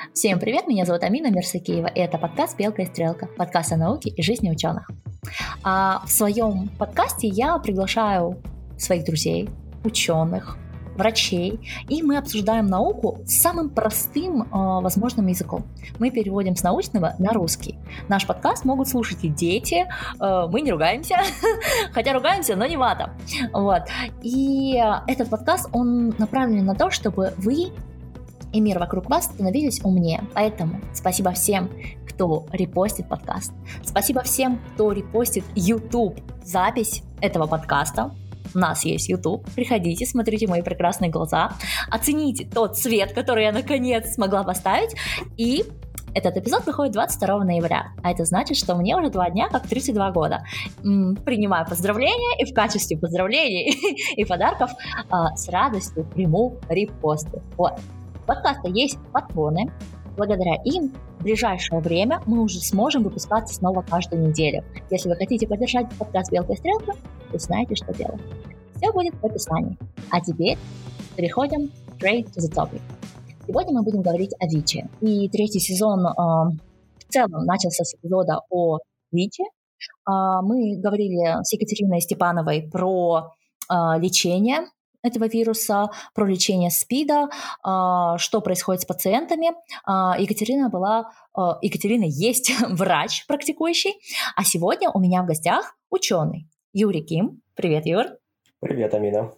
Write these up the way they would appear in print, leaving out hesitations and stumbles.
Всем привет, меня зовут Амина Мирсакиева, и это подкаст «Белка и стрелка», подкаст о науке и жизни ученых. В своем подкасте я приглашаю своих друзей, ученых, врачей, и мы обсуждаем науку самым простым возможным языком. Мы переводим с научного на русский. Наш подкаст могут слушать и дети, мы не ругаемся, хотя ругаемся, но не матом. Вот. И этот подкаст, он направлен на то, чтобы вы и мир вокруг вас становились умнее. Поэтому спасибо всем, кто репостит подкаст. Спасибо всем, кто репостит YouTube запись этого подкаста. У нас есть YouTube. Приходите, смотрите мои прекрасные глаза. Оцените тот цвет, который я наконец смогла поставить. И этот эпизод выходит 22 ноября. А это значит, что мне уже 2 дня, как 32 года. Принимаю поздравления, и в качестве поздравлений и подарков с радостью приму репосты. Вот. У подкаста есть патроны. Благодаря им в ближайшее время мы уже сможем выпускаться снова каждую неделю. Если вы хотите поддержать подкаст «Белка и стрелка», вы знаете, что делать. Все будет в описании. А теперь переходим straight to the topic. Сегодня мы будем говорить о ВИЧе. И 3-й сезон в целом начался с эпизода о ВИЧе. Мы говорили с Екатериной Степановой про лечение этого вируса, про лечение СПИДа, что происходит с пациентами. Екатерина есть врач практикующий, а сегодня у меня в гостях ученый Юрий Ким. Привет, Юр. Привет, Амина.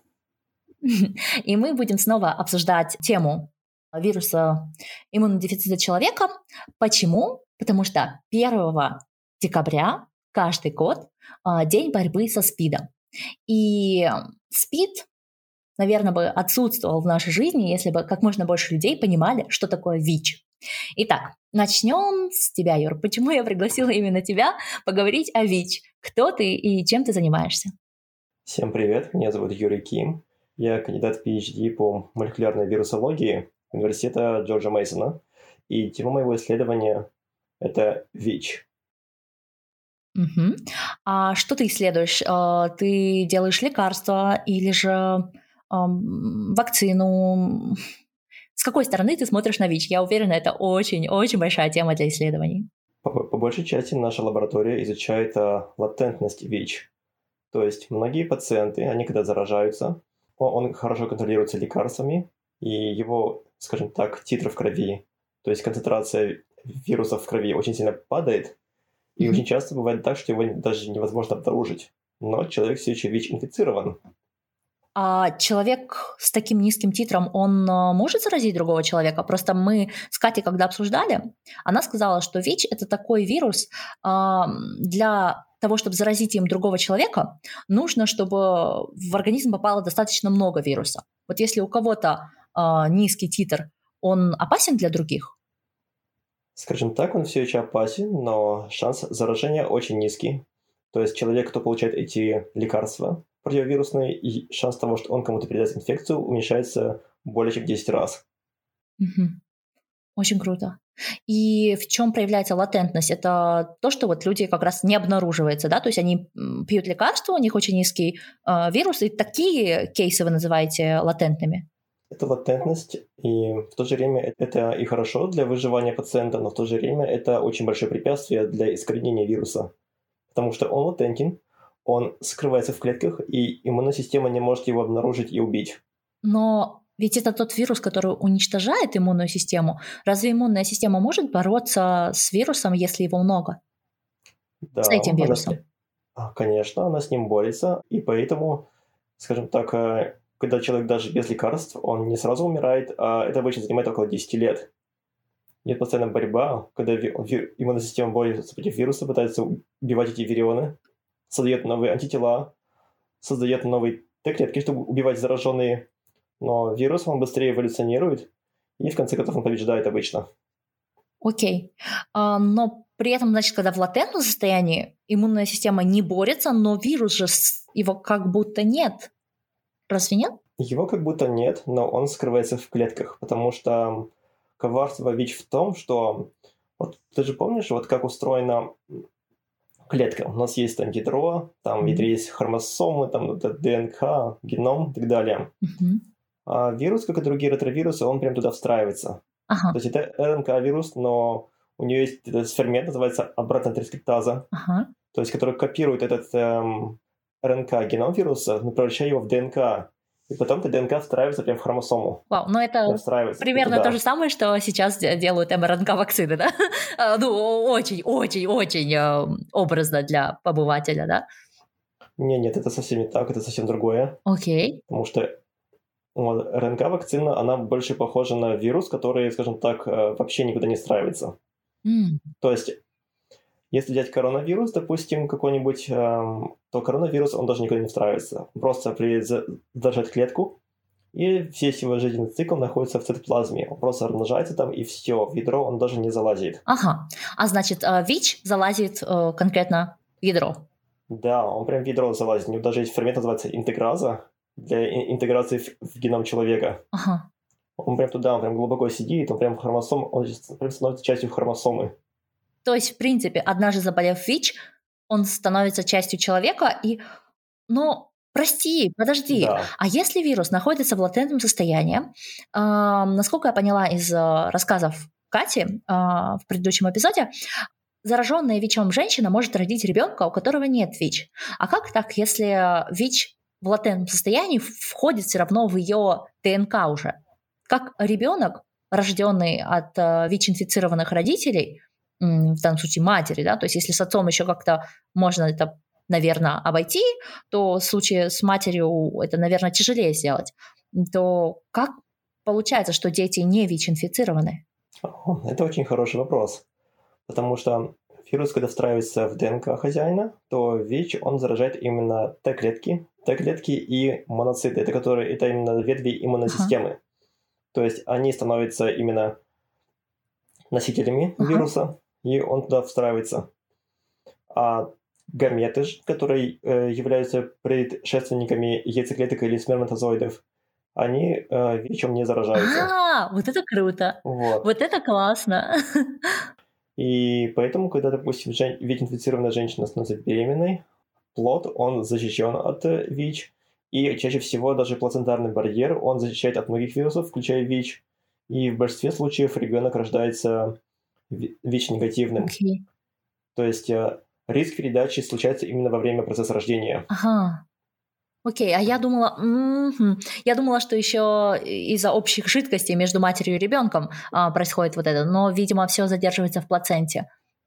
И мы будем снова обсуждать тему вируса иммунодефицита человека. Почему? Потому что 1 декабря каждый год день борьбы со СПИДом. И СПИД, наверное, бы отсутствовал в нашей жизни, если бы как можно больше людей понимали, что такое ВИЧ. Итак, начнем с тебя, Юр. Почему я пригласила именно тебя поговорить о ВИЧ? Кто ты и чем ты занимаешься? Всем привет, меня зовут Юрий Ким. Я кандидат в PhD по молекулярной вирусологии университета Джорджа Мейсона. И тема моего исследования – это ВИЧ. Угу. А что ты исследуешь? Ты делаешь лекарства или же вакцину? С какой стороны ты смотришь на ВИЧ? Я уверена, это очень-очень большая тема для исследований. По большей части наша лаборатория изучает латентность ВИЧ. То есть многие пациенты, они когда заражаются, он хорошо контролируется лекарствами, и его, скажем так, титр в крови, то есть концентрация вирусов в крови очень сильно падает, и очень часто бывает так, что его даже невозможно обнаружить. Но человек все еще ВИЧ-инфицирован. А человек с таким низким титром, он может заразить другого человека? Просто мы с Катей, когда обсуждали, она сказала, что ВИЧ – это такой вирус, для того, чтобы заразить им другого человека, нужно, чтобы в организм попало достаточно много вируса. Вот если у кого-то низкий титр, он опасен для других? Скажем так, он все еще опасен, но шанс заражения очень низкий. То есть человек, кто получает эти лекарства противовирусные, и шанс того, что он кому-то передаст инфекцию, уменьшается более чем в 10 раз. Угу. Очень круто. И в чем проявляется латентность? Это то, что вот люди как раз не обнаруживаются, да? То есть они пьют лекарства, у них очень низкий вирус, и такие кейсы вы называете латентными? Это латентность, и в то же время это и хорошо для выживания пациента, но в то же время это очень большое препятствие для искоренения вируса, потому что он латентен, он скрывается в клетках, и иммунная система не может его обнаружить и убить. Но ведь это тот вирус, который уничтожает иммунную систему. Разве иммунная система может бороться с вирусом, если его много? Да, с этим вирусом? Конечно, она с ним борется, и поэтому, скажем так, когда человек даже без лекарств, он не сразу умирает, а это обычно занимает около 10 лет. Идет постоянная борьба, когда иммунная система борется против вируса, пытается убивать эти вирионы, создает новые антитела, создает новые Т-клетки, чтобы убивать зараженные. Но вирус, он быстрее эволюционирует, и в конце концов он побеждает обычно. Окей. Но при этом, значит, когда в латентном состоянии иммунная система не борется, но вирус же его как будто нет. Разве нет? Его как будто нет, но он скрывается в клетках, потому что коварство ВИЧ в том, что... Вот ты же помнишь, вот как устроена клетка? У нас есть там ядро, там в ядре есть хромосомы, там ДНК, геном и так далее. А вирус, как и другие ретровирусы, он прям туда встраивается. Ага. То есть это РНК-вирус, но у нее есть этот фермент, называется обратная транскриптаза, Ага. то есть который копирует этот РНК-геном вируса, но превращая его в ДНК. И потом эта ДНК встраивается прямо в хромосому. Вау, но это Встраивается примерно туда. то же самое, что сейчас делают МРНК-вакцины, да? Ну, очень-очень-очень образно для обывателя, да? Нет, это совсем не так, это совсем другое. Окей. Потому что РНК-вакцина, она больше похожа на вирус, который, скажем так, вообще никуда не встраивается. То есть, если взять коронавирус, допустим, какой-нибудь, то коронавирус, он даже никуда не встраивается. Он просто задержать клетку, и весь его жизненный цикл находится в цитоплазме. Он просто размножается там, и все, в ядро он даже не залазит. Ага. А значит, ВИЧ залазит конкретно в ядро? Да, он прям в ядро залазит. У него даже есть фермент, называется интеграза, для интеграции в геном человека. Ага. Он прям туда, он прям глубоко сидит, он прям хромосом, он прям становится частью хромосомы. То есть, в принципе, однажды заболев ВИЧ, он становится частью человека, но прости, подожди, Да. а если вирус находится в латентном состоянии, насколько я поняла из рассказов Кати в предыдущем эпизоде, зараженная ВИЧом женщина может родить ребенка, у которого нет ВИЧ. А как так, если ВИЧ в латентном состоянии входит все равно в ее ДНК уже? Как ребенок, рожденный от ВИЧ-инфицированных родителей, в данном случае матери, да, то есть если с отцом еще как-то можно это, наверное, обойти, то в случае с матерью это, наверное, тяжелее сделать. То как получается, что дети не ВИЧ-инфицированы? Это очень хороший вопрос. Потому что вирус, когда встраивается в ДНК хозяина, то ВИЧ, он заражает именно Т-клетки и моноциты. Это именно ветви иммунной системы. То есть они становятся именно носителями вируса, и он туда встраивается. А гаметы, которые являются предшественниками яйцеклеток или сперматозоидов, они ВИЧом не заражаются. Вот это круто! Вот это классно! И поэтому, когда, допустим, ВИЧ-инфицированная женщина становится беременной, плод, он защищен от ВИЧ, и чаще всего даже плацентарный барьер, он защищает от многих вирусов, включая ВИЧ, и в большинстве случаев ребенок рождается ВИЧ-негативным. То есть риск передачи случается именно во время процесса рождения. Окей, а я думала, что еще из-за общих жидкостей между матерью и ребенком происходит вот это, но, видимо, все задерживается в плаценте.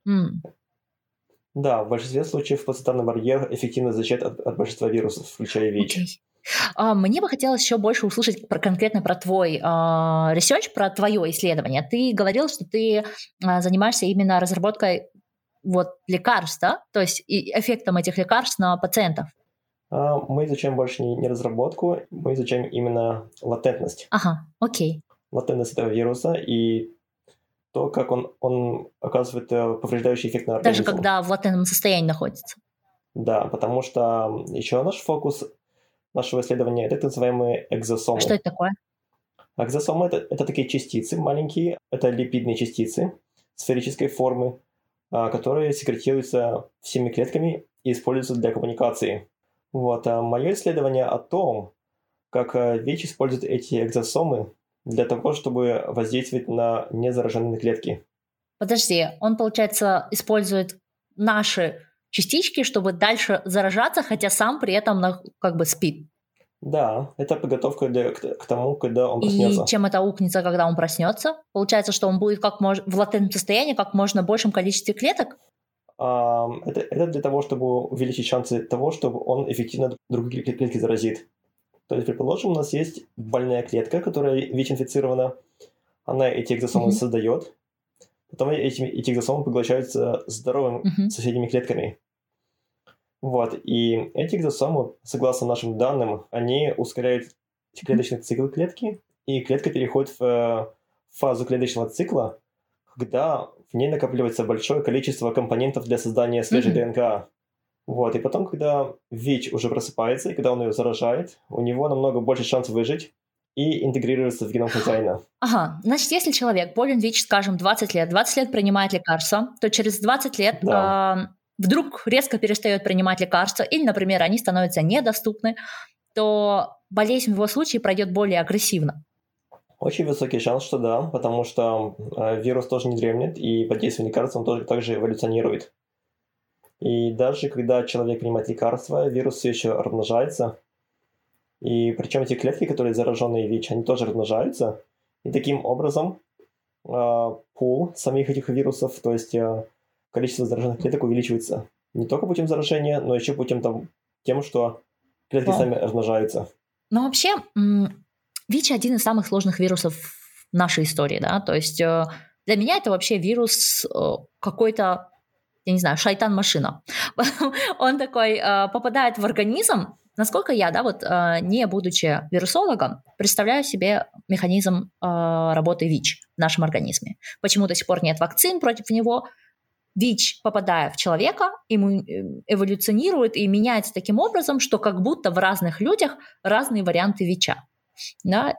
Да, в большинстве случаев плацентарный барьер эффективно защищает от большинства вирусов, включая ВИЧ. Мне бы хотелось еще больше услышать конкретно про твой ресерч, про твое исследование. Ты говорил, что ты занимаешься именно разработкой лекарств, да? То есть эффектом этих лекарств на пациентов. Мы изучаем больше не разработку, мы изучаем именно латентность. Окей. Латентность этого вируса и то, как он оказывает повреждающий эффект на организм. Даже когда в латентном состоянии находится. Да, потому что еще наш фокус нашего исследования – это так называемые экзосомы. Что это такое? Экзосомы – это такие частицы маленькие, это липидные частицы сферической формы, которые секретируются всеми клетками и используются для коммуникации. Мое исследование о том, как ВИЧ использует эти экзосомы для того, чтобы воздействовать на незараженные клетки. Подожди, он, получается, использует наши частички, чтобы дальше заражаться, хотя сам при этом как бы спит. Да, это подготовка к тому, когда он проснется. И чем это аукнется, когда он проснется? Получается, что он будет в латентном состоянии как можно большем количестве клеток? Это для того, чтобы увеличить шансы того, чтобы он эффективно другие клетки заразит. То есть, предположим, у нас есть больная клетка, которая ВИЧ-инфицирована. Она эти экзосомы создает. Потом эти экзосомы поглощаются здоровыми соседними клетками. И эти экзосомы, согласно нашим данным, они ускоряют клеточный цикл клетки, и клетка переходит в фазу клеточного цикла, когда в ней накапливается большое количество компонентов для создания свежей ДНК. И потом, когда ВИЧ уже просыпается, и когда он ее заражает, у него намного больше шансов выжить и интегрироваться в геном хозяина. Значит, если человек болен ВИЧ, скажем, 20 лет принимает лекарства, то через 20 лет вдруг резко перестает принимать лекарства, или, например, они становятся недоступны, то болезнь в его случае пройдет более агрессивно. Очень высокий шанс, что да, потому что вирус тоже не дремлет, и под действием лекарств он тоже также эволюционирует. И даже когда человек принимает лекарства, вирус все еще размножается. И причем эти клетки, которые зараженные ВИЧ, они тоже размножаются. И таким образом пул самих этих вирусов, то есть количество зараженных клеток увеличивается. Не только путем заражения, но еще путем тем, что клетки сами размножаются. Но вообще, ВИЧ один из самых сложных вирусов в нашей истории, да, то есть для меня это вообще вирус какой-то, я не знаю, шайтан-машина. Он такой попадает в организм, насколько я, да, вот не будучи вирусологом, представляю себе механизм работы ВИЧ в нашем организме. Почему до сих пор нет вакцин против него? ВИЧ, попадая в человека, эволюционирует и меняется таким образом, что как будто в разных людях разные варианты ВИЧа. Да?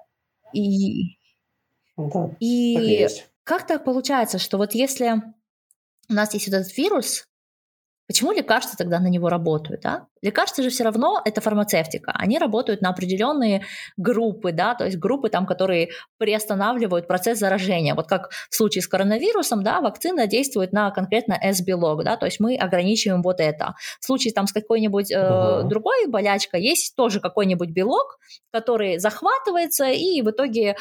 Да, и как так получается, что вот если у нас есть вот этот вирус, почему лекарства тогда на него работают? Да? Лекарства же все равно это фармацевтика. Они работают на определенные группы, да, то есть группы, там, которые приостанавливают процесс заражения. Вот как в случае с коронавирусом, да, вакцина действует на конкретно S-белок, да, то есть мы ограничиваем вот это. В случае там, с какой-нибудь другой болячкой есть тоже какой-нибудь белок, который захватывается, и в итоге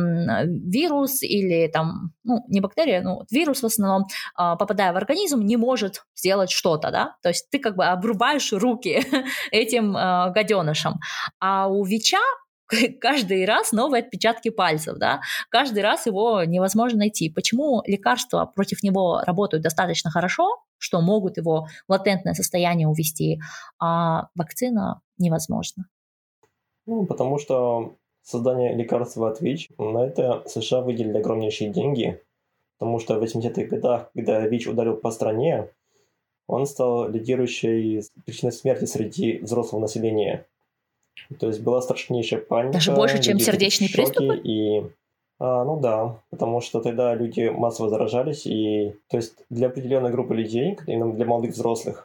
вирус или там, ну, не бактерия, ну, вирус в основном, попадая в организм, не может сделать что-то, да, то есть ты как бы обрубаешь руки этим гаденышам. А у ВИЧа каждый раз новые отпечатки пальцев, да, каждый раз его невозможно найти. Почему лекарства против него работают достаточно хорошо, что могут его в латентное состояние увести, а вакцина невозможно? Ну, потому что создание лекарства от ВИЧ, на это США выделили огромнейшие деньги, потому что в 80-х годах, когда ВИЧ ударил по стране, он стал лидирующей причиной смерти среди взрослого населения. То есть была страшнейшая паника. Даже больше, чем сердечные приступы? Ну да, потому что тогда люди массово заражались, и то есть для определенной группы людей, именно для молодых взрослых,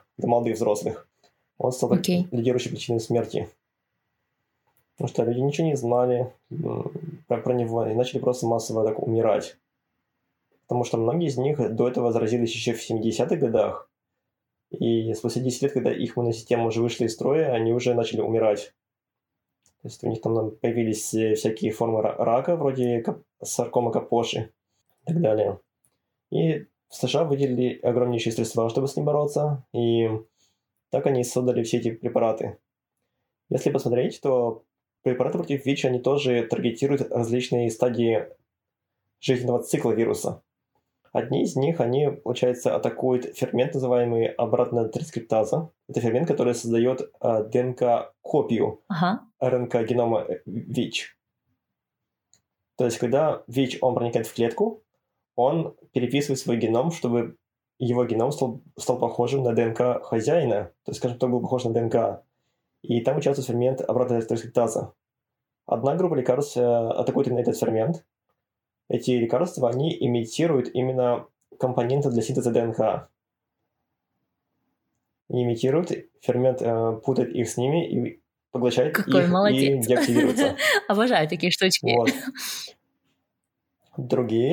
он стал лидирующей причиной смерти. Потому что люди ничего не знали про него и начали просто массово так умирать. Потому что многие из них до этого заразились еще в 70-х годах, и спустя 10 лет, когда их иммунная система уже вышла из строя, они уже начали умирать. То есть у них там появились всякие формы рака, вроде саркома Капоши и так далее. И в США выделили огромнейшие средства, чтобы с ним бороться, и так они создали все эти препараты. Если посмотреть, то препараты против ВИЧ, они тоже таргетируют различные стадии жизненного цикла вируса. Одни из них, они, получается, атакуют фермент, называемый обратная транскриптаза. Это фермент, который создает ДНК-копию РНК-генома ВИЧ. То есть, когда ВИЧ, он проникает в клетку, он переписывает свой геном, чтобы его геном стал похожим на ДНК хозяина. То есть, скажем, кто был похож на ДНК. И там участвует фермент обратная транскриптаза. Одна группа лекарств атакует именно этот фермент. Эти лекарства, они имитируют именно компоненты для синтеза ДНК. И имитируют, фермент путает их с ними и поглощает их молодец. И деактивируется. Обожаю такие штучки. Вот. Другая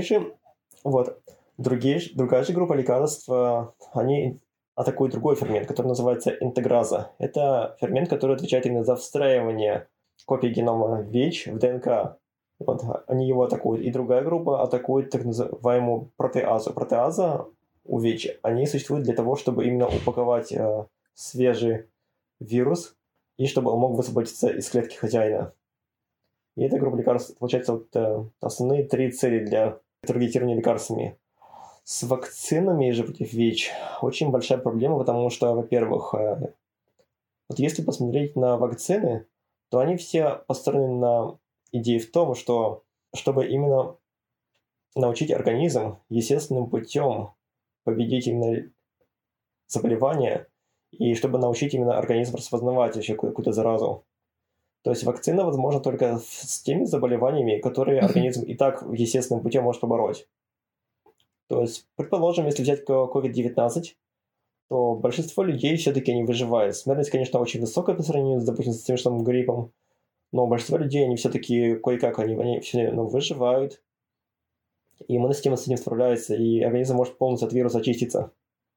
же группа лекарств, они атакуют другой фермент, который называется интеграза. Это фермент, который отвечает именно за встраивание копий генома ВИЧ в ДНК. Вот, они его атакуют. И другая группа атакует так называемую протеазу. Протеаза у ВИЧ, они существуют для того, чтобы именно упаковать свежий вирус, и чтобы он мог высвободиться из клетки хозяина. И эта группа лекарств, получается, вот, основные 3 цели для таргетирования лекарствами. С вакцинами же против ВИЧ очень большая проблема, потому что, во-первых, вот если посмотреть на вакцины, то они все построены на идее в том, что чтобы именно научить организм естественным путем победить именно заболевание, и чтобы научить именно организм распознавать еще какую-то заразу. То есть вакцина возможна только с теми заболеваниями, которые организм и так естественным путем может побороть. То есть, предположим, если взять COVID-19, то большинство людей все-таки не выживает. Смертность, конечно, очень высокая по сравнению с, допустим, с тем же самым гриппом, Но большинство людей, они все-таки кое-как, они все выживают, и иммунная система с этим справляется, и организм может полностью от вируса очиститься.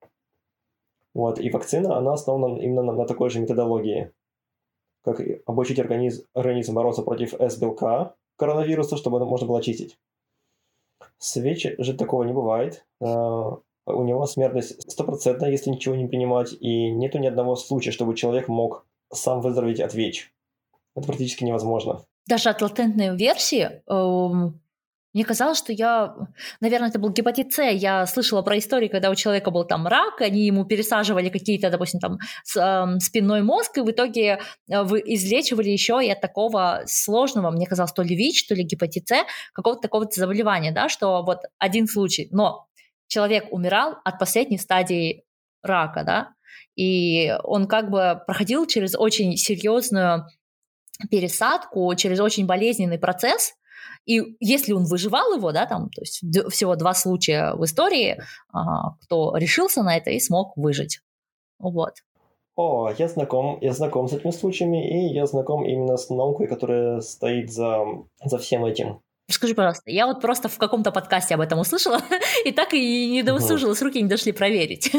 Вот, и вакцина, она основана именно на такой же методологии, как обучить организм бороться против S-белка коронавируса, чтобы можно было очистить. С ВИЧ же такого не бывает. У него смертность 100%, если ничего не принимать, и нету ни одного случая, чтобы человек мог сам выздороветь от ВИЧ. Это практически невозможно. Даже от латентной версии мне казалось, что наверное, это был гепатит С. Я слышала про истории, когда у человека был там рак, они ему пересаживали какие-то, допустим, там спинной мозг, и в итоге излечивали еще и от такого сложного, мне казалось, то ли ВИЧ, то ли гепатит С, какого-то такого заболевания, да, что вот один случай. Но человек умирал от последней стадии рака, да, и он как бы проходил через очень серьезную пересадку, через очень болезненный процесс. И если он выживал его, да, там, то есть всего 2 случая в истории, кто решился на это и смог выжить. Вот. Я знаком с этими случаями, и я знаком именно с наукой, которая стоит за всем этим. Скажи, пожалуйста, я вот просто в каком-то подкасте об этом услышала, и так и не доуслушалась, руки не дошли проверить.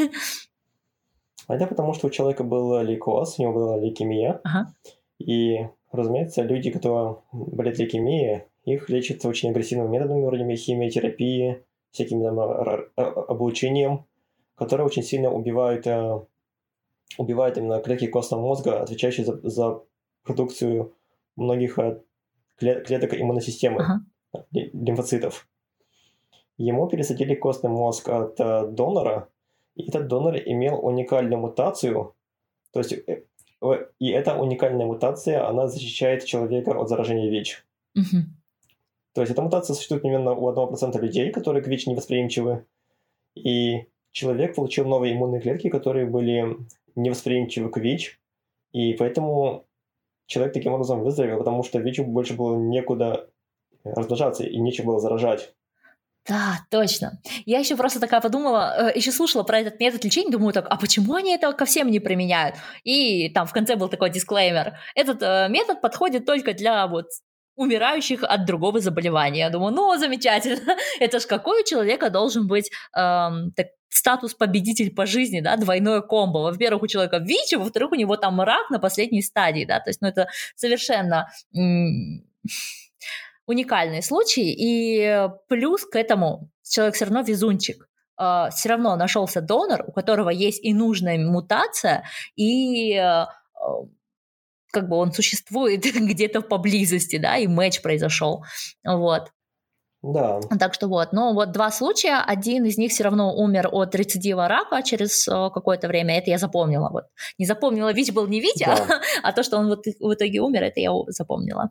Это потому, что у человека был лейкоз, у него была лейкемия, и, разумеется, люди, кто болеют лейкемией, их лечат очень агрессивными методами, вроде химиотерапии, всяким там облучением, которые очень сильно убивают именно клетки костного мозга, отвечающие за продукцию многих клеток иммунной системы, лимфоцитов. Ему пересадили костный мозг от донора, и этот донор имел уникальную мутацию, то есть и эта уникальная мутация, она защищает человека от заражения ВИЧ. То есть эта мутация существует примерно у 1% людей, которые к ВИЧ не восприимчивы. И человек получил новые иммунные клетки, которые были невосприимчивы к ВИЧ. И поэтому человек таким образом выздоровел, потому что ВИЧу больше было некуда размножаться и нечего было заражать. Да, точно. Я еще просто такая подумала, еще слушала про этот метод лечения, думаю так, а почему они это ко всем не применяют? И там в конце был такой дисклеймер. Этот метод подходит только для вот умирающих от другого заболевания. Я думаю, замечательно. Это ж какой у человека должен быть статус победитель по жизни, да, двойное комбо. Во-первых, у человека ВИЧ, а во-вторых, у него там рак на последней стадии, да, то есть, это совершенно уникальный случай, и плюс к этому человек все равно везунчик. Все равно нашелся донор, у которого есть и нужная мутация, и как бы он существует где-то поблизости, да, и матч произошел, вот. Да. Так что вот, 2 случая, один из них все равно умер от рецидива рака через какое-то время, это я запомнила, вот. Не запомнила, ВИЧ был не ВИЧ, да. а то, что он вот в итоге умер, это я запомнила.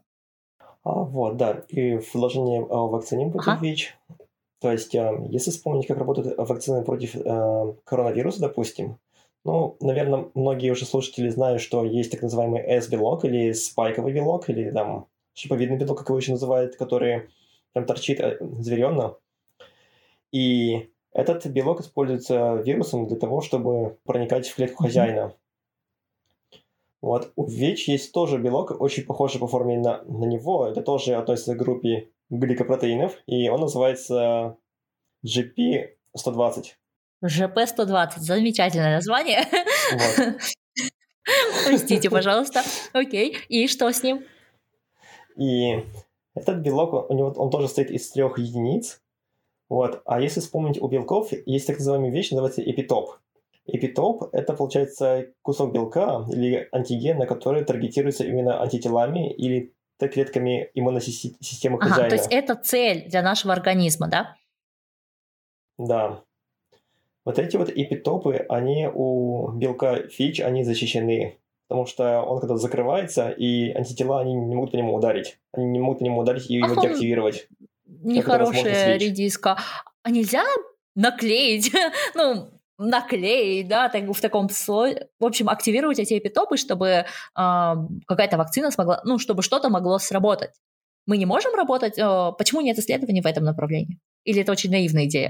И вложение вакцины против ВИЧ. То есть, если вспомнить, как работают вакцины против коронавируса, допустим, наверное, многие уже слушатели знают, что есть так называемый S-белок или спайковый белок, или там шиповидный белок, как его еще называют, который прям торчит зверенно. И этот белок используется вирусом для того, чтобы проникать в клетку хозяина. Вот. У ВИЧ есть тоже белок, очень похожий по форме на него. Это тоже относится к группе гликопротеинов, и он называется GP120. GP120, замечательное название. Вот. Простите, пожалуйста. Окей, и что с ним? И этот белок, он тоже состоит из 3 единиц. Вот. А если вспомнить, у белков есть так называемая вещь, называется эпитоп. Эпитоп – это, получается, кусок белка или антигена, который таргетируется именно антителами или клетками иммунной системы хозяина. То есть это цель для нашего организма, да? Да. Вот эти вот эпитопы, они у белка ВИЧ, они защищены, потому что он когда закрывается, и антитела, они не могут по нему ударить. Они не могут по нему ударить и его деактивировать. Нехорошая редиска. А нельзя наклеить, наклеить, да, в таком слое, в общем, активировать эти эпитопы, чтобы какая-то вакцина смогла, чтобы что-то могло сработать. Мы не можем работать? Почему нет исследований в этом направлении? Или это очень наивная идея?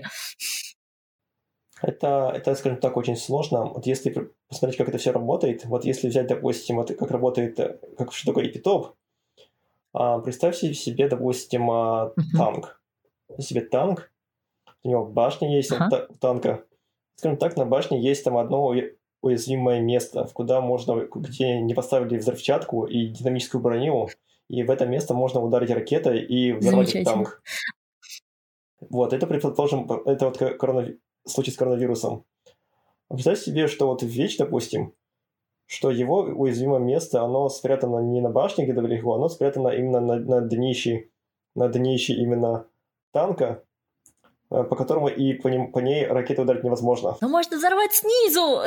Это, скажем так, очень сложно. Вот если посмотреть, как это все работает, вот если взять, допустим, вот как работает, что такое эпитоп, Представь себе, допустим, танк. Представь себе танк, у него башня есть у танка. Скажем так, на башне есть там одно уязвимое место, где не поставили взрывчатку и динамическую броню, и в это место можно ударить ракетой и взорвать этот танк. Вот, это, предположим, это вот случай с коронавирусом. Представь себе, что вот ВИЧ, допустим, что его уязвимое место, оно спрятано не на башне где-то далеко, оно спрятано именно на днище именно танка, по которому и по ней ракеты ударить невозможно. Но можно взорвать снизу!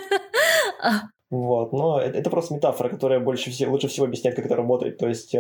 Вот, но это просто метафора, которая лучше всего объясняет, как это работает. То есть,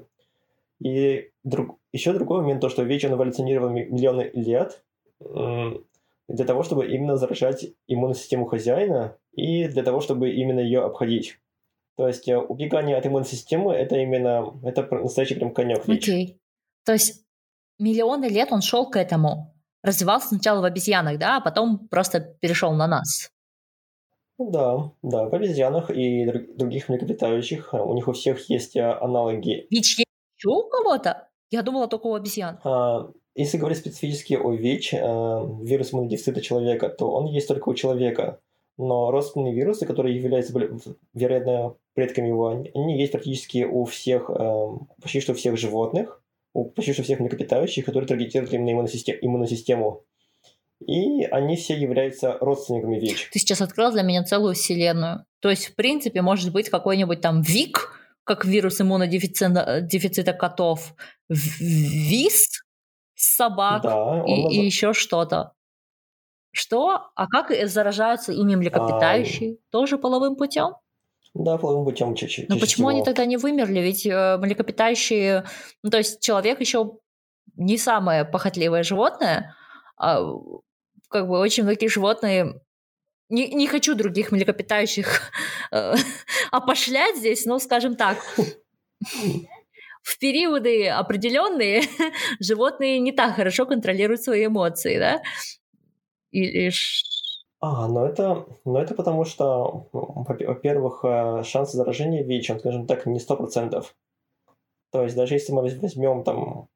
еще другой момент, то, что ВИЧ, он эволюционировал миллионы лет для того, чтобы именно заражать иммунную систему хозяина и для того, чтобы именно ее обходить. То есть, убегание от иммунной системы, это настоящий прям конек ВИЧ. Окей. То есть, миллионы лет он шел к этому. Развивался сначала в обезьянах, да, а потом просто перешел на нас. Да, в обезьянах и других млекопитающих у них у всех есть аналоги. ВИЧ есть еще у кого-то? Я думала только у обезьян. Если говорить специфически о ВИЧ, вирус иммунодефицита человека, то он есть только у человека. Но родственные вирусы, которые являются, вероятно, предками его, они есть практически у всех, почти что у всех животных, почти что у всех млекопитающих, которые таргетируют именно иммунную систему. И они все являются родственниками ВИЧ. Ты сейчас открыл для меня целую вселенную. То есть, в принципе, может быть какой-нибудь там ВИК, как вирус иммунодефицита котов, ВИС собак, да, и еще что-то. Что? А как заражаются ими млекопитающие? Тоже половым путем? Да, половым путем чуть-чуть. Но почему они тогда не вымерли? Ведь млекопитающие... Ну, то есть человек еще не самое похотливое животное, как бы очень многие животные... Не хочу других млекопитающих опошлять здесь, но, скажем так, в периоды определенные животные не так хорошо контролируют свои эмоции, да? Но это потому что, во-первых, шанс заражения ВИЧ, он, скажем так, не 100%. То есть даже если мы возьмем там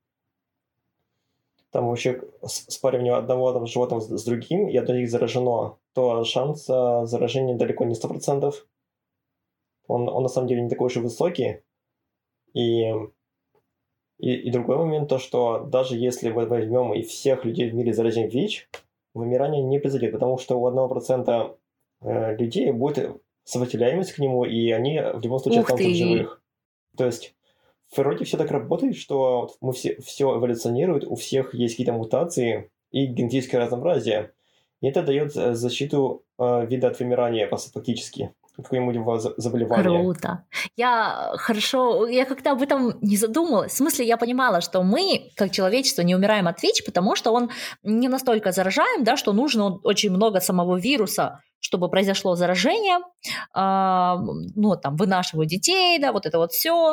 вообще спаривание одного животного с другим, и одно из них заражено, то шанс заражения далеко не 100%. Он на самом деле не такой уж и высокий. И другой момент, то что даже если мы возьмем и всех людей в мире заразим ВИЧ, вымирание не произойдет, потому что у 1% людей будет сопротивляемость к нему, и они в любом случае останутся в живых. То есть в природе все так работает, что все эволюционирует, у всех есть какие-то мутации и генетическое разнообразие. И это дает защиту вида от вымирания фактически. Какое-нибудь заболевание. Круто. Я как-то об этом не задумалась. В смысле, я понимала, что мы, как человечество, не умираем от ВИЧ, потому что он не настолько заражаем, да, что нужно очень много самого вируса, чтобы произошло заражение, вынашивают детей, да, вот это вот все.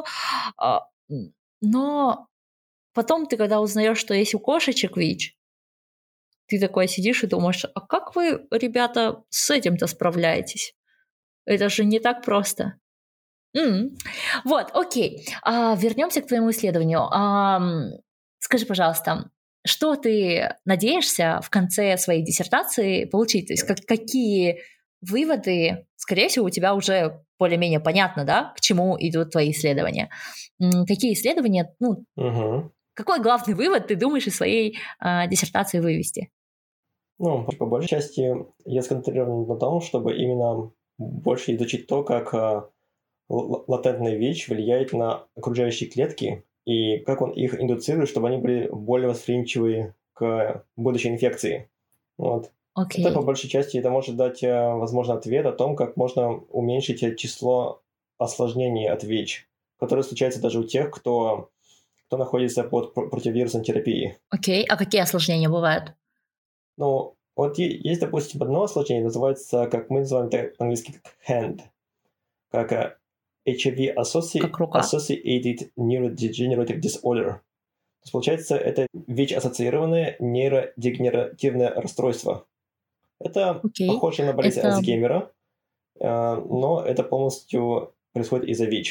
Но потом ты, когда узнаешь, что есть у кошечек ВИЧ, ты такой сидишь и думаешь, а как вы, ребята, с этим-то справляетесь? Это же не так просто. Вот, окей. Вернемся к твоему исследованию. Скажи, пожалуйста, что ты надеешься в конце своей диссертации получить? То есть какие выводы, скорее всего, у тебя уже более-менее понятно, да, к чему идут твои исследования? Какие исследования, какой главный вывод ты думаешь из своей диссертации вывести? По большей части я сконцентрирован на том, чтобы именно больше изучить то, как латентный ВИЧ влияет на окружающие клетки и как он их индуцирует, чтобы они были более восприимчивы к будущей инфекции. Вот. Okay. Это по большей части это может дать, возможно, ответ о том, как можно уменьшить число осложнений от ВИЧ, которые случаются даже у тех, кто находится под противовирусной терапией. Окей, а какие осложнения бывают? Вот есть, допустим, одно осложнение, называется, как мы называем это по-английски, hand, как HIV-associated neurodegenerative disorder. То есть, получается, это ВИЧ-ассоциированное нейродегенеративное расстройство. Это похоже на болезнь Альцгеймера, но это полностью происходит из-за ВИЧ.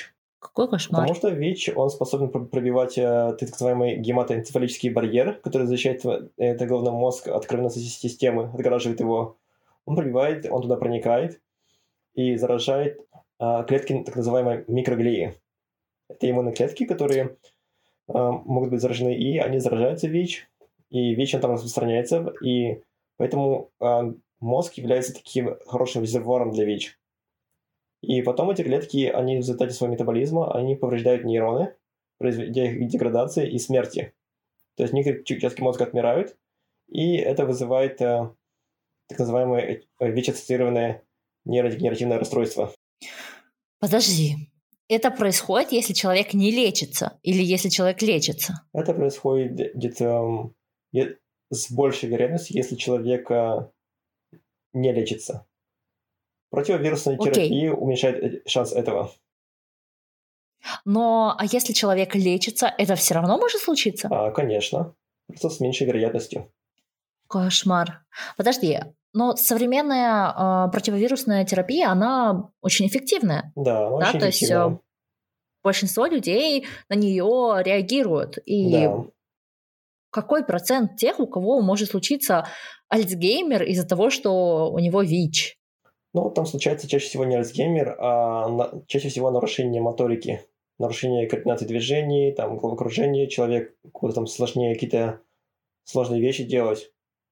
Какой кошмар. Потому что ВИЧ, он способен пробивать так называемый гематоэнцефалический барьер, который защищает это головной мозг от кровеносной системы, отгораживает его. Он пробивает, он туда проникает и заражает клетки так называемой микроглии. Это иммунные клетки, которые могут быть заражены, и они заражаются ВИЧ, и ВИЧ он там распространяется, и поэтому мозг является таким хорошим резервуаром для ВИЧ. И потом эти клетки, они в результате своего метаболизма, они повреждают нейроны, произведя их к деградации и смерти. То есть некоторые участки мозга отмирают, и это вызывает так называемое ВИЧ-ассоциированное нейродегенеративное расстройство. Подожди. Это происходит, если человек не лечится или если человек лечится? Это происходит где-то с большей вероятностью, если человек не лечится. Противовирусная терапия уменьшает шанс этого. Но а если человек лечится, это все равно может случиться? Конечно. Просто с меньшей вероятностью. Кошмар. Подожди, но современная противовирусная терапия, она очень эффективная. Да, очень эффективная. То есть большинство людей на нее реагируют. И какой процент тех, у кого может случиться Альцгеймер из-за того, что у него ВИЧ? Ну, там случается чаще всего не Альцгеймер, а чаще всего нарушение моторики, нарушение координации движений, там, головокружение, человек куда-то там сложнее какие-то сложные вещи делать.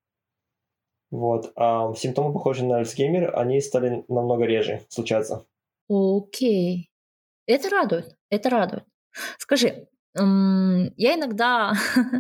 Вот. А симптомы, похожие на Альцгеймер, они стали намного реже случаться. Окей. Это радует, это радует. Скажи, я иногда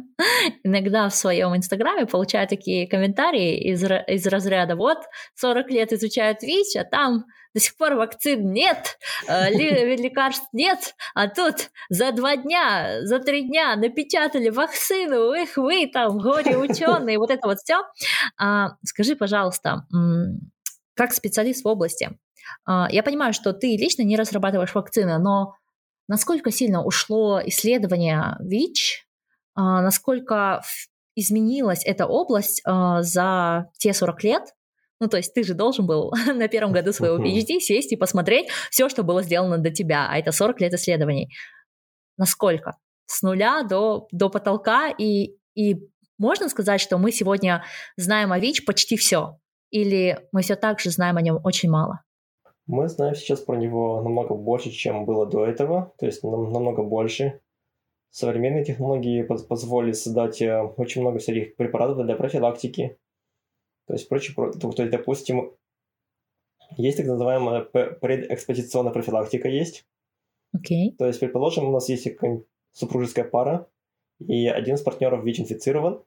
в своем инстаграме получаю такие комментарии из разряда: вот 40 лет изучают ВИЧ, а там до сих пор вакцин нет, лекарств нет, а тут за 2 дня, за 3 дня напечатали вакцину, вы там горе-ученые, вот это вот все. Скажи, пожалуйста, как специалист в области, я понимаю, что ты лично не разрабатываешь вакцины, но насколько сильно ушло исследование ВИЧ, насколько изменилась эта область за те 40 лет? Ну, то есть ты же должен был на первом году своего PhD сесть и посмотреть все, что было сделано до тебя, а это 40 лет исследований. Насколько? С нуля до потолка, и можно сказать, что мы сегодня знаем о ВИЧ почти все? Или мы все так же знаем о нем очень мало? Мы знаем сейчас про него намного больше, чем было до этого, то есть намного больше. Современные технологии позволили создать очень много всяких препаратов для профилактики. То есть, допустим, есть так называемая предэкспозиционная профилактика есть. Okay. То есть, предположим, у нас есть супружеская пара, и один из партнеров ВИЧ-инфицирован,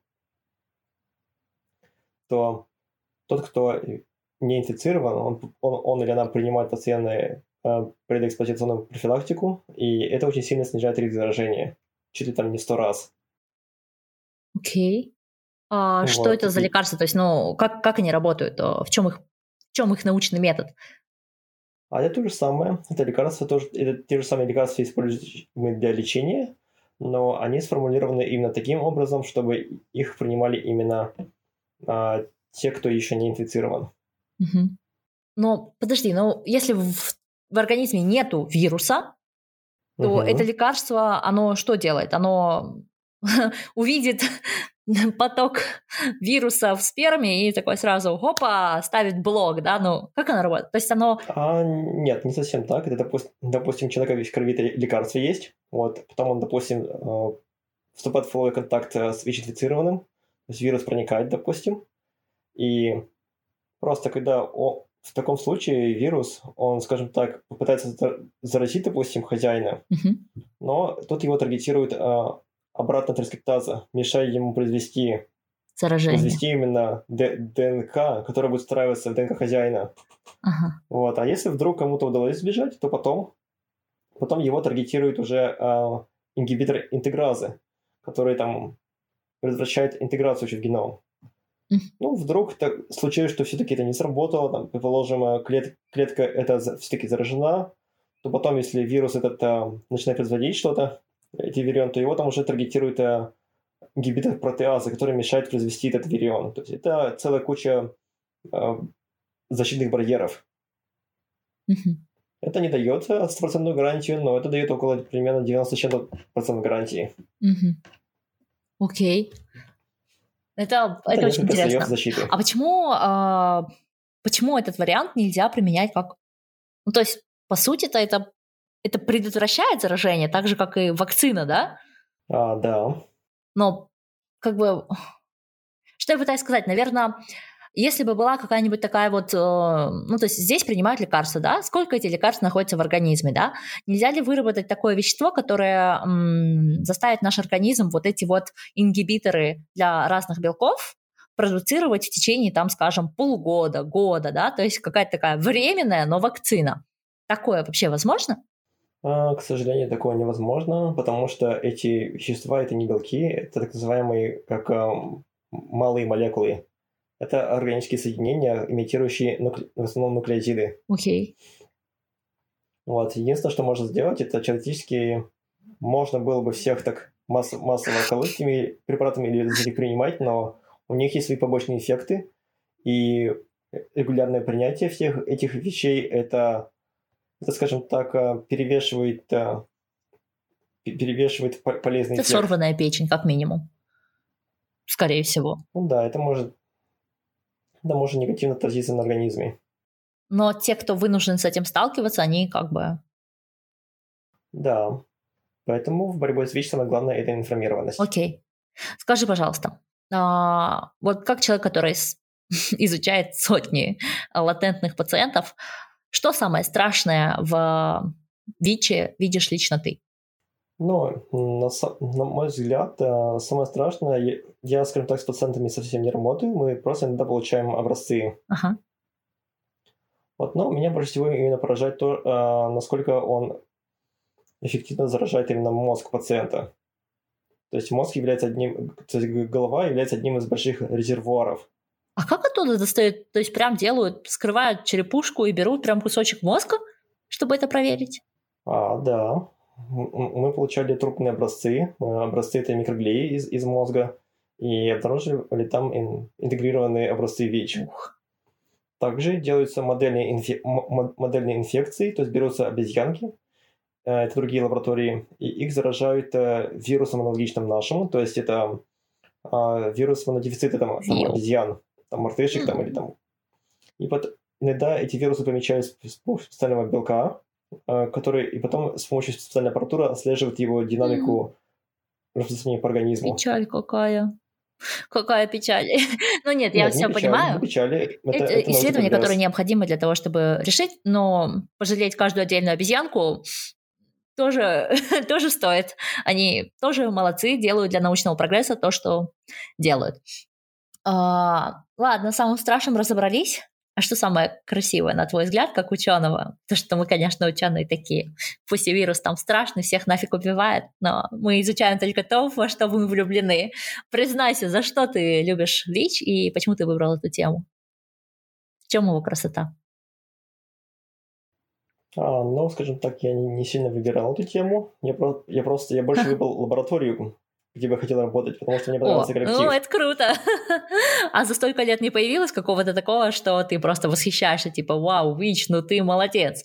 то тот, кто не инфицирован, он или она принимает постоянную предэкспозиционную профилактику, и это очень сильно снижает риск заражения. Чуть ли там не 100 раз. Окей. Что это за лекарства? То есть, как они работают? В чем их научный метод? Это то же самое. Это лекарства тоже, это те же самые лекарства, используемые для лечения, но они сформулированы именно таким образом, чтобы их принимали именно те, кто еще не инфицирован. Угу. Но подожди, если в организме нету вируса, то это лекарство, оно что делает? Оно увидит поток вируса в сперме и такой сразу, хопа, ставит блок, да? Как оно работает? То есть оно... Нет, не совсем так. Это, допустим, у человека в крови лекарство есть, вот, потом он, допустим, вступает в половой контакт с ВИЧ-инфицированным, то есть вирус проникает, допустим, и просто когда в таком случае вирус, он, скажем так, попытается заразить, допустим, хозяина, но тут его таргетирует обратно транскриптаза, мешая ему произвести именно ДНК, которая будет встраиваться в ДНК хозяина. Ага. Вот. А если вдруг кому-то удалось сбежать, то потом его таргетирует уже ингибитор интегразы, который там предотвращает интеграцию в геном. Вдруг так случилось, что все-таки это не сработало, там, предположим, клетка эта все-таки заражена, то потом, если вирус этот начинает производить что-то, эти вирион, то его там уже таргетирует ингибитор протеазы, который мешает произвести этот вирион. То есть это целая куча защитных барьеров. Это не дает стопроцентную гарантию, но это дает около примерно 90% гарантии. Окей. Это очень несколько слоев интересно. защиты. А почему этот вариант нельзя применять как... Ну, то есть, по сути-то это предотвращает заражение, так же, как и вакцина, да? Да. Но, как бы... Что я пытаюсь сказать? Наверное, если бы была какая-нибудь такая вот... ну, то есть здесь принимают лекарства, да? Сколько эти лекарств находится в организме, да? Нельзя ли выработать такое вещество, которое заставит наш организм вот эти вот ингибиторы для разных белков продуцировать в течение, там, скажем, полугода, года, да? То есть какая-то такая временная, но вакцина. Такое вообще возможно? К сожалению, такое невозможно, потому что эти вещества — это не белки, это так называемые как малые молекулы. Это органические соединения, имитирующие в основном нуклеотиды. Окей. Вот. Единственное, что можно сделать, это теоретически можно было бы всех так массово колоть этими препаратами или из них принимать, но у них есть свои побочные эффекты, и регулярное принятие всех этих вещей это скажем так, перевешивает полезный Это эффект. сорванная печень, как минимум. Скорее всего. Ну да, это может негативно отразиться на организме. Но те, кто вынужден с этим сталкиваться, они как бы... Да. Поэтому в борьбе с ВИЧ самое главное – это информированность. Окей. Скажи, пожалуйста, вот как человек, который изучает сотни латентных пациентов, что самое страшное в ВИЧе видишь лично ты? Ну, на мой взгляд, самое страшное, я, скажем так, с пациентами совсем не работаю, мы просто иногда получаем образцы. Ага. Вот, но меня больше всего именно поражает то, насколько он эффективно заражает именно мозг пациента. То есть мозг является голова является одним из больших резервуаров. А как оттуда достают? То есть прям делают, скрывают черепушку и берут прям кусочек мозга, чтобы это проверить? Да. Мы получали трупные образцы. Образцы – это микроглии из мозга. И обнаружили там интегрированные образцы ВИЧ. Также делаются модельные инфекции, то есть берутся обезьянки, это другие лаборатории, и их заражают вирусом аналогичным нашему, то есть это вирус монодефицита там обезьян, там мартышек там, или там. И иногда эти вирусы помечают с помощью специального белка, который и потом с помощью специальной аппаратуры отслеживает его динамику распространения по организму. Печаль какая. Какая печаль. Ну нет, я Нет, все не понимаю. печали. Это исследования, которые необходимы для того, чтобы решить, но пожалеть каждую отдельную обезьянку тоже стоит. Они тоже молодцы, делают для научного прогресса то, что делают. Ладно, с самым страшным разобрались. А что самое красивое, на твой взгляд, как ученого? То, что мы, конечно, ученые такие. Пусть и вирус там страшный, всех нафиг убивает, но мы изучаем только то, во что мы влюблены. Признайся, за что ты любишь ВИЧ и почему ты выбрал эту тему? В чем его красота? Ну, скажем так, я не сильно выбирал эту тему. Я больше выбрал лабораторию, где бы я хотел работать, потому что мне понравился коллектив. Ну, это круто. А за столько лет не появилось какого-то такого, что ты просто восхищаешься, типа, вау, ВИЧ, ну ты молодец.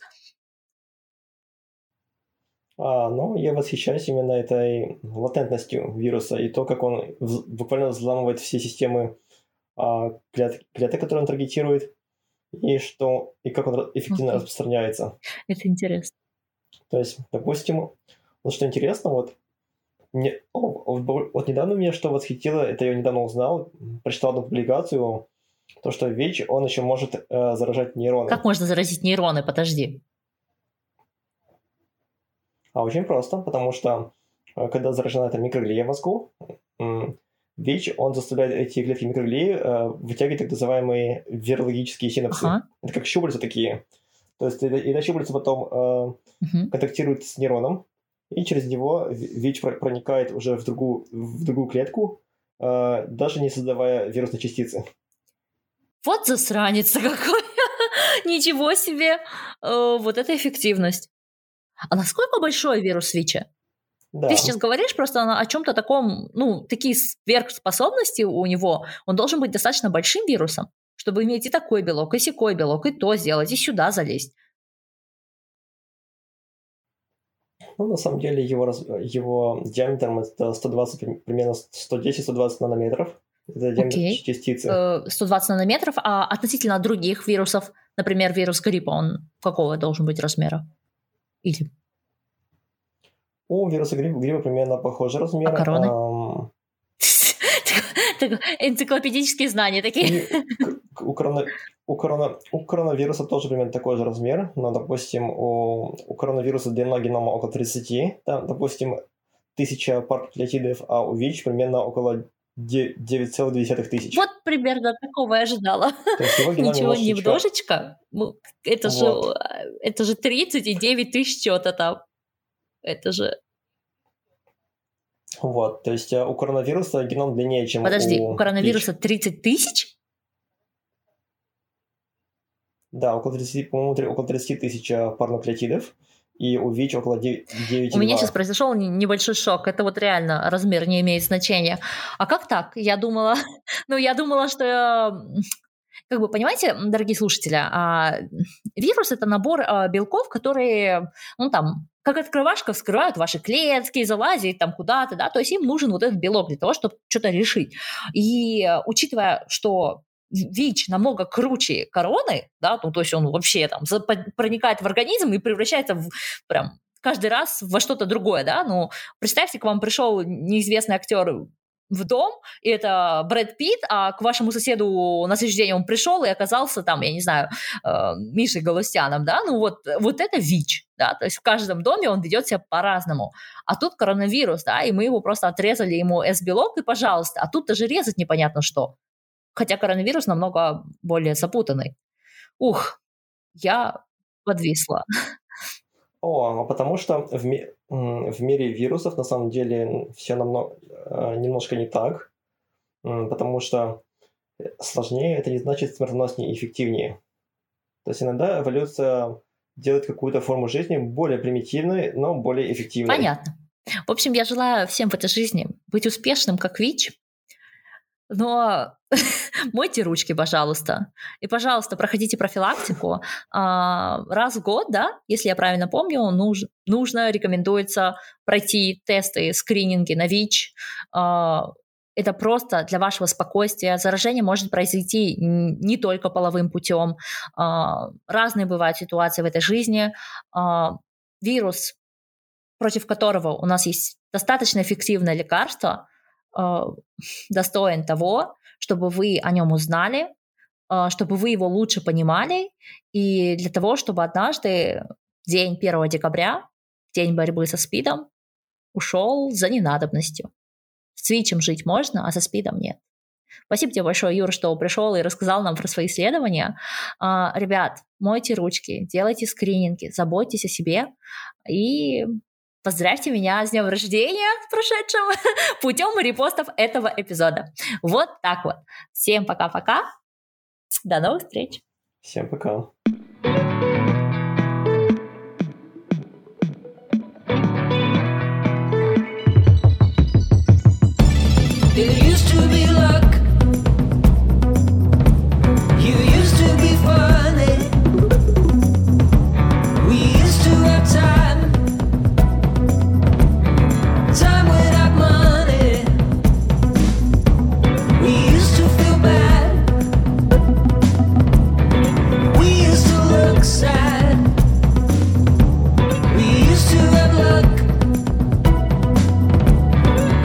Ну, я восхищаюсь именно этой латентностью вируса и то, как он буквально взламывает все системы клеток, которые он таргетирует, и как он эффективно распространяется. Это интересно. То есть, допустим, вот что интересно, вот недавно меня что восхитило, это я недавно узнал, прочитал одну публикацию, то, что ВИЧ, он еще может заражать нейроны. Как можно заразить нейроны? Подожди. Очень просто, потому что когда заражена эта микроглия в мозгу, ВИЧ, он заставляет эти клетки микроглии вытягивать так называемые вирологические синапсы. Это как щупальца такие. То есть эти щупальца потом контактируют с нейроном, и через него ВИЧ проникает уже в другую клетку, даже не создавая вирусной частицы. Вот засранец какой! Ничего себе! Вот это эффективность. А насколько большой вирус ВИЧа? Да. Ты сейчас говоришь просто о чем-то таком, такие сверхспособности у него. Он должен быть достаточно большим вирусом, чтобы иметь и такой белок, и сякой белок, и то сделать, и сюда залезть. Ну, на самом деле, его диаметром это 120, примерно 110-120 нанометров. Это диаметр частицы. 120 нанометров, а относительно других вирусов, например, вирус гриппа, он какого должен быть размера? Или... У вируса гриппа примерно похожий размер. А короны? Энциклопедические знания такие. У коронавируса тоже примерно такой же размер, но, допустим, у коронавируса длина генома около 30, там, допустим, 1000 пар нуклеотидов, а у ВИЧ примерно около 9,2 тысяч. Вот примерно такого я ожидала. Ничего, немножечко. Это же 39 тысяч что-то там. Это же... Вот, то есть у коронавируса геном длиннее, чем у коронавируса ВИЧ. 30 тысяч? Да, около 30 тысяч пар нуклеотидов, и у ВИЧ около 9,2. У меня сейчас произошел небольшой шок. Это вот реально размер не имеет значения. А как так? Я думала, что... Как бы, понимаете, дорогие слушатели, вирус – это набор белков, которые, ну, там, как открывашка, вскрывают ваши клетки, залазят там куда-то, да, то есть им нужен вот этот белок для того, чтобы что-то решить. И учитывая, что ВИЧ намного круче короны, да, ну, то есть он вообще там проникает в организм и превращается прям каждый раз во что-то другое, да, ну, представьте, к вам пришел неизвестный актер в дом, и это Брэд Питт, а к вашему соседу на следующий день он пришел и оказался там, я не знаю, Мишей Галустяном, да, ну вот это ВИЧ, да, то есть в каждом доме он ведет себя по-разному. А тут коронавирус, да, и мы его просто отрезали ему S-белок, и пожалуйста, а тут даже резать непонятно что. Хотя коронавирус намного более запутанный. Ух, я подвисла. Потому что в мире вирусов на самом деле все немножко не так, потому что сложнее это не значит смертоноснее и эффективнее. То есть иногда эволюция делает какую-то форму жизни более примитивной, но более эффективной. Понятно. В общем, я желаю всем в этой жизни быть успешным, как ВИЧ, но мойте ручки, пожалуйста. И, пожалуйста, проходите профилактику. Раз в год, да, если я правильно помню, рекомендуется пройти тесты, скрининги на ВИЧ. Это просто для вашего спокойствия. Заражение может произойти не только половым путем. Разные бывают ситуации в этой жизни. Вирус, против которого у нас есть достаточно эффективное лекарство, достоин того, чтобы вы о нем узнали, чтобы вы его лучше понимали, и для того, чтобы однажды, день 1 декабря, день борьбы со СПИДом, ушел за ненадобностью. С ВИЧем жить можно, а со СПИДом нет. Спасибо тебе большое, Юр, что пришел и рассказал нам про свои исследования. Ребят, мойте ручки, делайте скрининги, заботьтесь о себе и... Поздравьте меня с днем рождения прошедшим путем репостов этого эпизода. Вот так вот. Всем пока-пока. До новых встреч. Всем пока.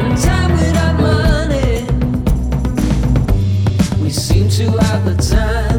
Seem to have the time